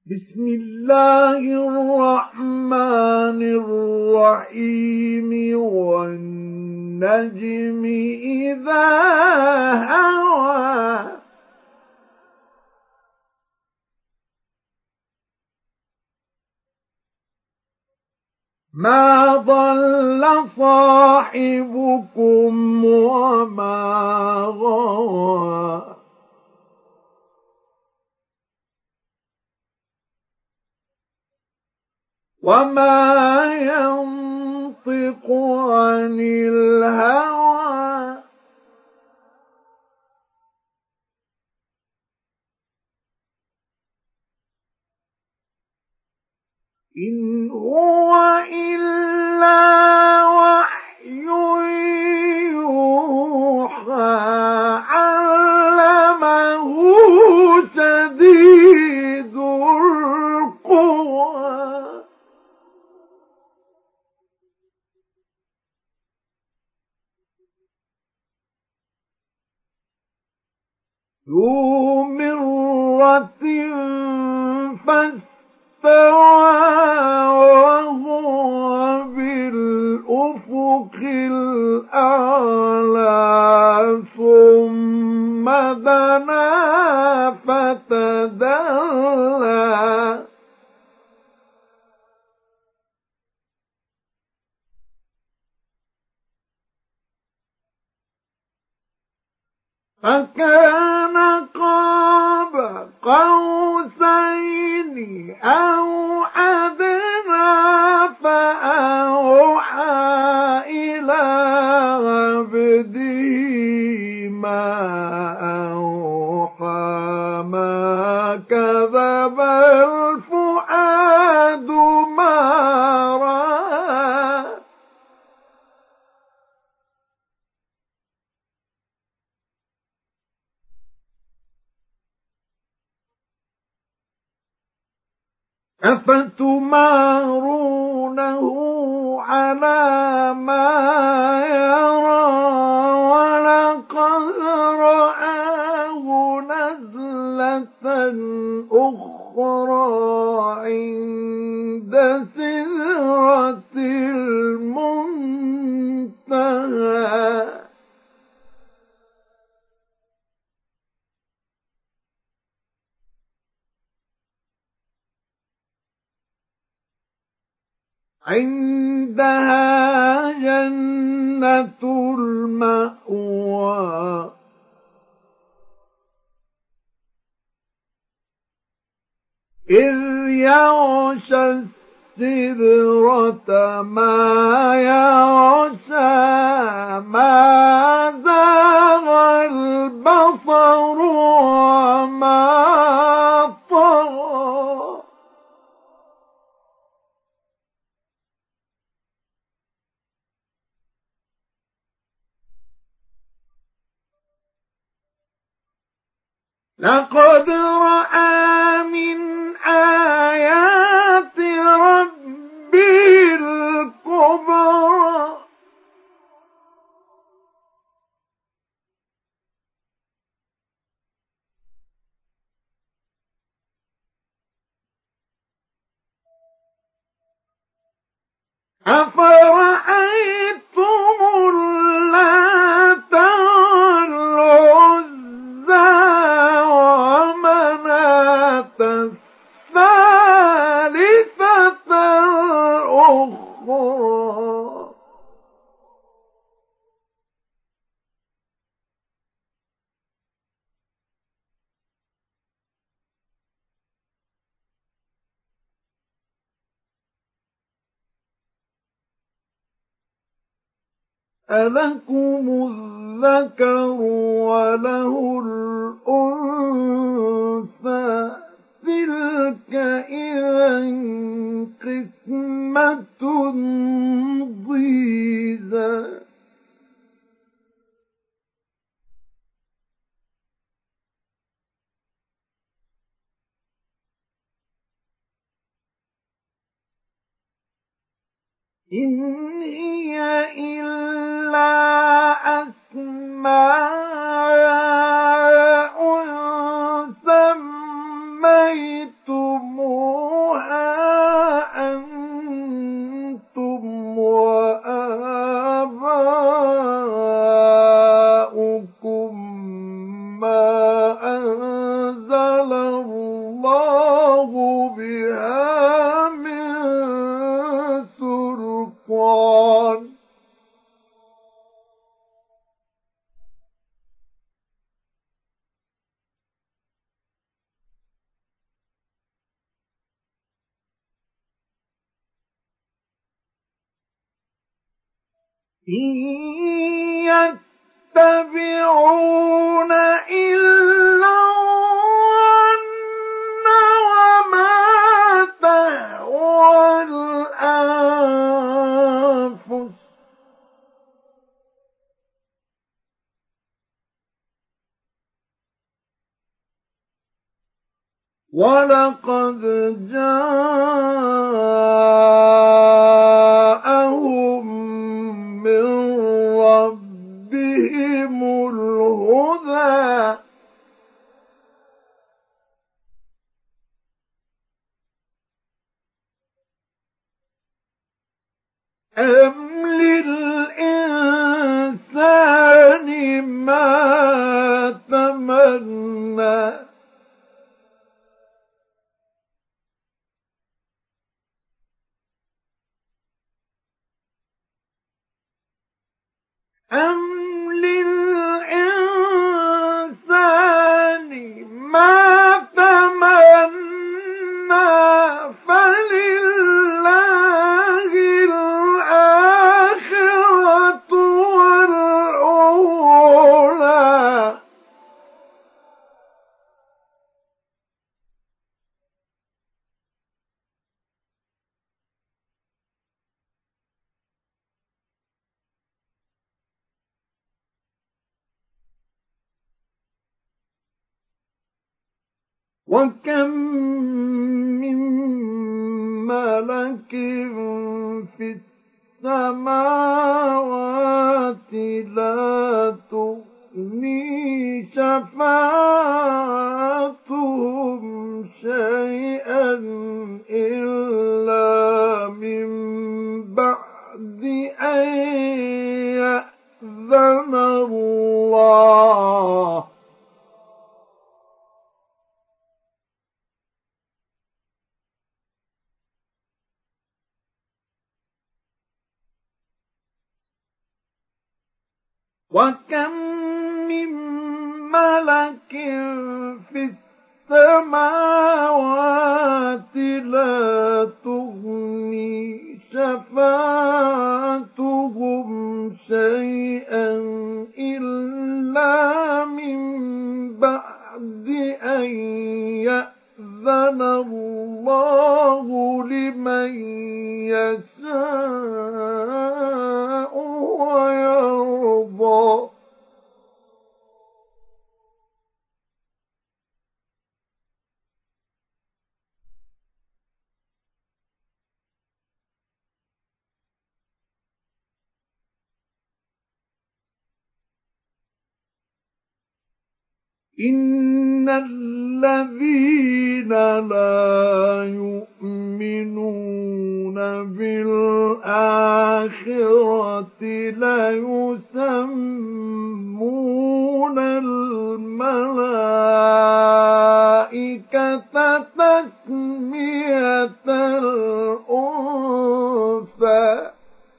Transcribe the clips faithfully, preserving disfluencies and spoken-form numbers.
بسم الله الرحمن الرحيم والنجم إذا هوى ما ضل صاحبكم وما غوى وما ينطق عن الهوى إن هو إلا وحي يوحى علمه شديد القوى ذو مرة فاستوى وهو بالأفق الأعلى ثم دنا فتدلى فكان قاب قوسين أو أدنى فأوحى إلى عبده ما أوحى ما كذب الفؤاد ما رأى أفتمارونه على ما يرى ولقد رآه نزلة أخرى عند سدرة المنتهى عندها جنة المأوى إذ يغشى السدرة ما يغشى ما زاغ البصر وما طغى لقد رأى من آيات ربه الكبرى أفرأيتم اللات والعزى ومناة الثالثة الأخرى ألكم الذكر وله الأنثى تلك إذا قسمة ضيزى إن هي إلا أسماء سميتموها ما أنزل الله بها من سلطان إن يتبعون إلا الظن وما تهوى الأنفس ولقد جاءهم من ربهم الهدى أم للإنسان ما تمنى أم للإنسان ما تمنى فلله الآخرة والأولى وكم من ملك في السماوات لا تغني شفاعتهم شيئا إلا من بعد أن يأذن الله وكم من ملك في السماوات لا تغني شفاعتهم شيئا إلا من بعد أن يأذن الله لمن يشاء ويرضى إن الذين لا يؤمنون بالآخرة ليسمون الملائكة تسمية الأنثى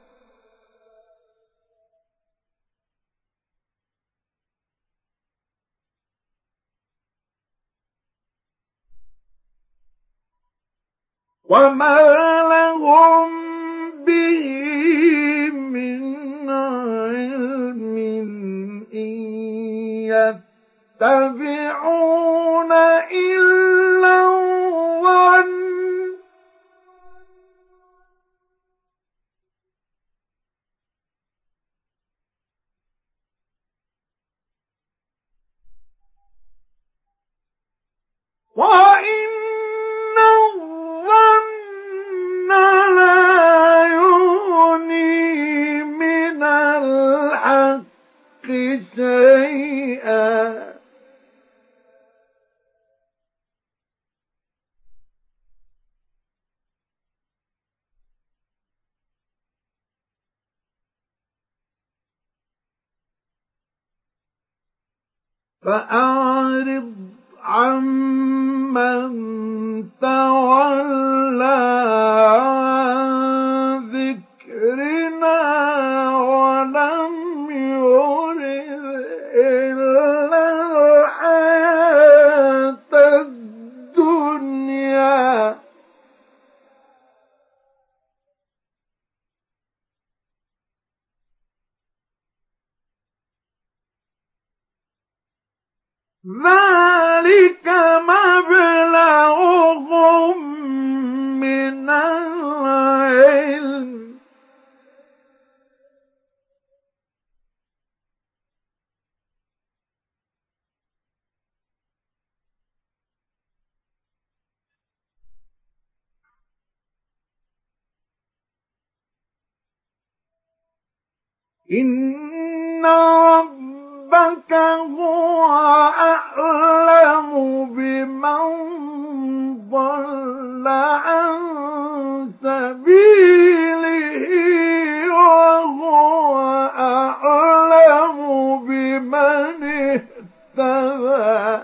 وما لهم به من علم إن يتبعون إلا الظن وإن الظن لا يغني من الحق شيئا فأعرض عمن تولى عن ذكرنا ولم يرد إلا الحياة الدنيا ذلك مبلغهم من العلم إن ربك هو أعلم بمن ضل عن سبيله وهو أعلم بمن اهتدى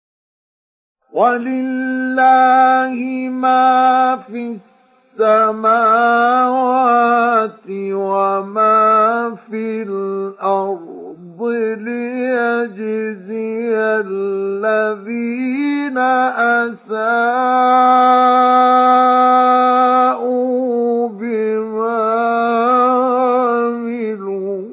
ولله ما في السماوات وما في الأرض ليجزي الذين أساءوا بما عملوا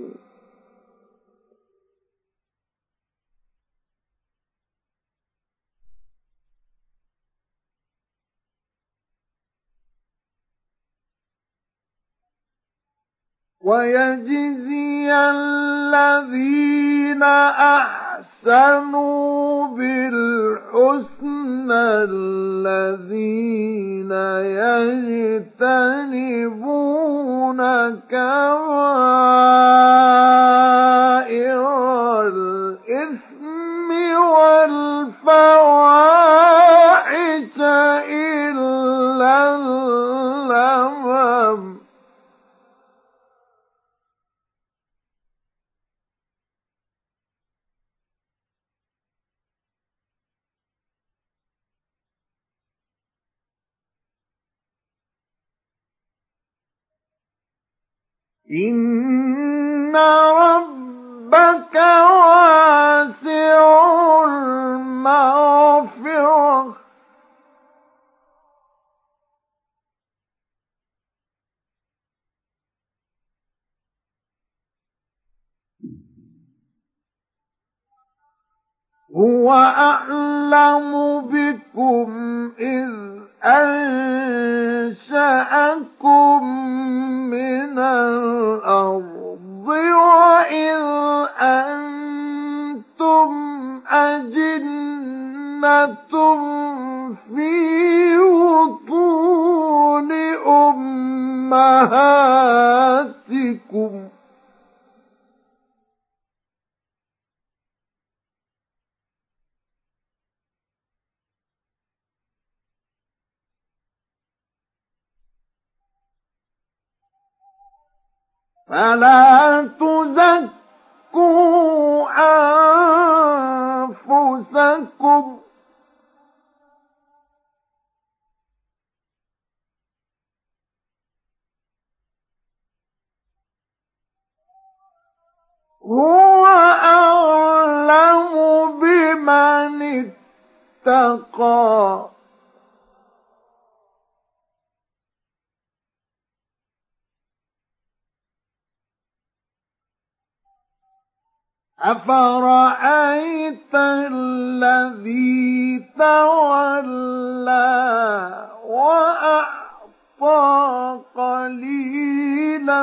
ويجزي الذين أحسنوا بالحسنى الذين يجتنبون كبائر الإثم والفواحش إلا اللمم إن ربك واسع المغفرة هو أعلم بكم إذ أنشأكم من الأرض وإذ أنتم أجنة في بطون أمهاتكم فلا تزكوا أنفسكم هو أعلم بمن اتقى أفرأيت الذي تولى وأعطى قليلا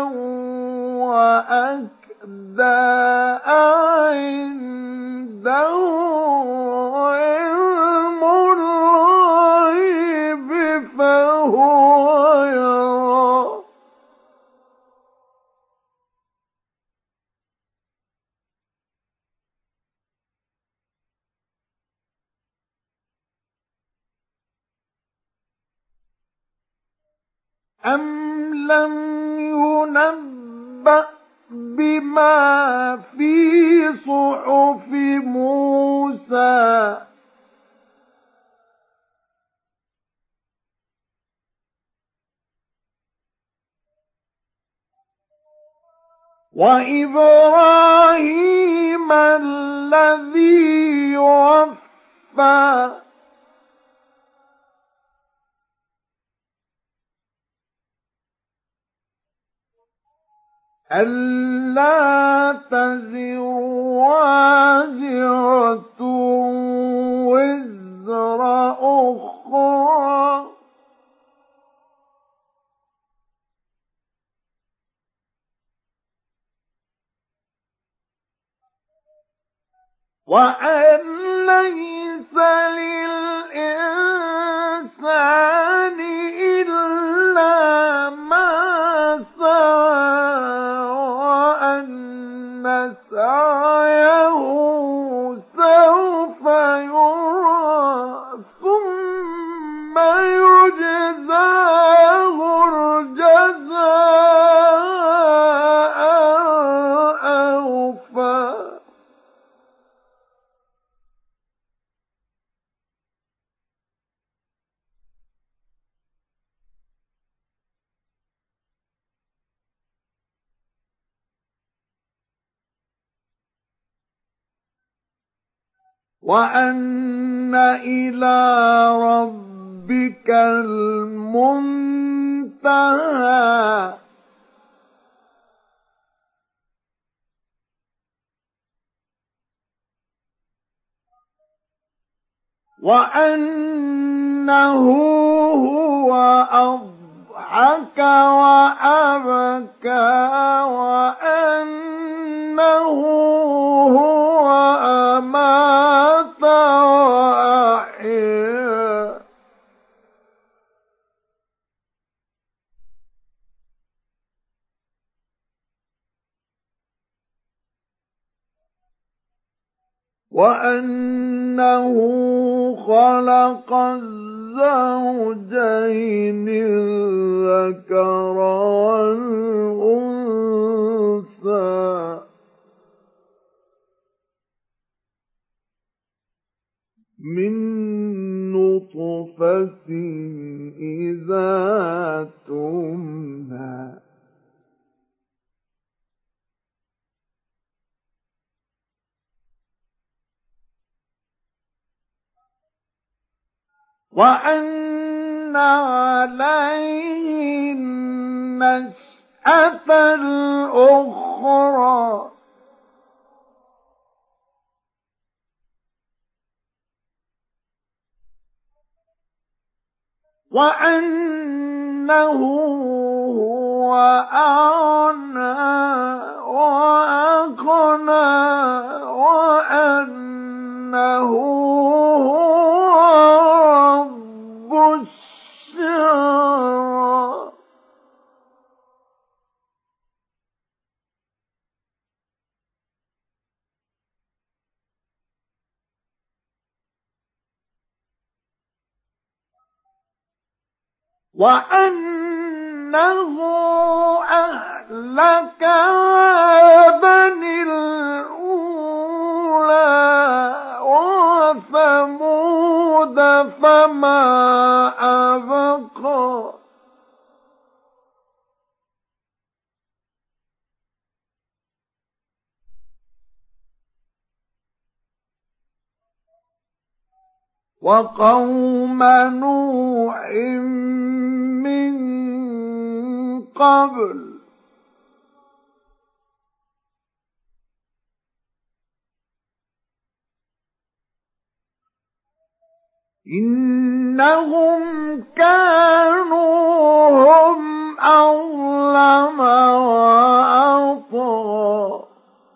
وأكدى عنده علم الغيب فهو يرى أم لم ينبأ بما في صحف موسى وإبراهيم الذي وفى ألا تزر وازرة وزر أخرى وأن ليس للإنسان إلا ما سعى وأن سعيه سوف يرى ثم يجزاه الجزاء الأوفى وأن إلى ربك المنتهى وأنه هو أضحك وأبكى وأنه هو أمات وأحيا وأنه خلق الزوجين الذكر والأنثى من نطفة إذا تمنى وأن عليه النشأة الأخرى وأنه هو أغنى وأقنى وأنه هو رب الشعرى وأنه أهلك عادا الأولى وثمود فما أبقى وقوم نوح من قبل إنهم كانوا هم أظلم وأطغى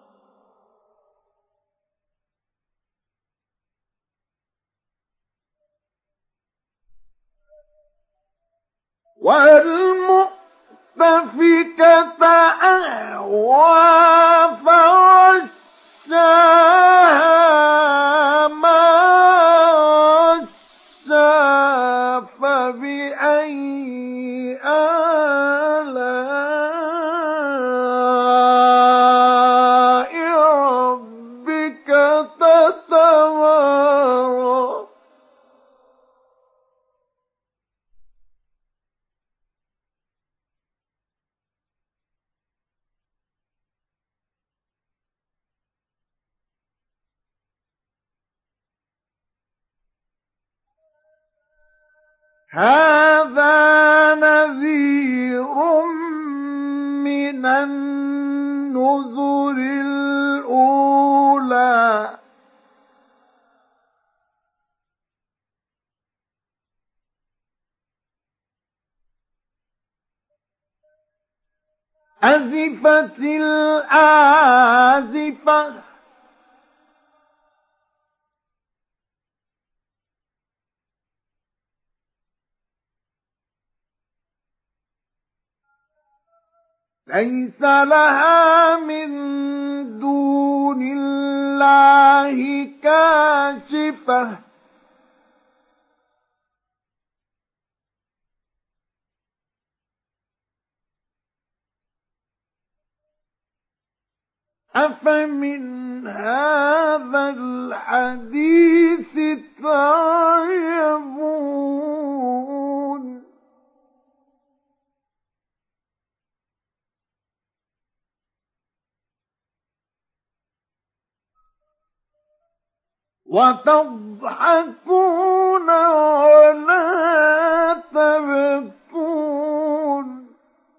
والمؤتفكة أهوى فغشاها ما غشا فبأي آلاء هذا نذير من النذر الأولى أزفت الآزفة ليس لها من دون الله كاشفة أفمن هذا الحديث تعجبون وتضحكون ولا تبكون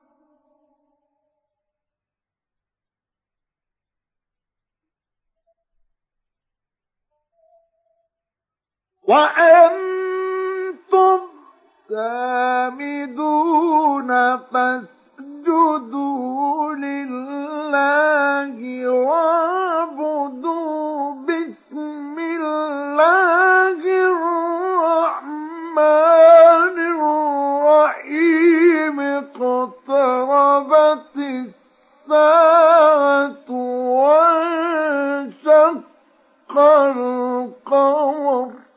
وأنتم سامدون فاسجدوا لله واعبدوا باسم الله الرحمن الرحيم اقتربت الساعة وانشق القمر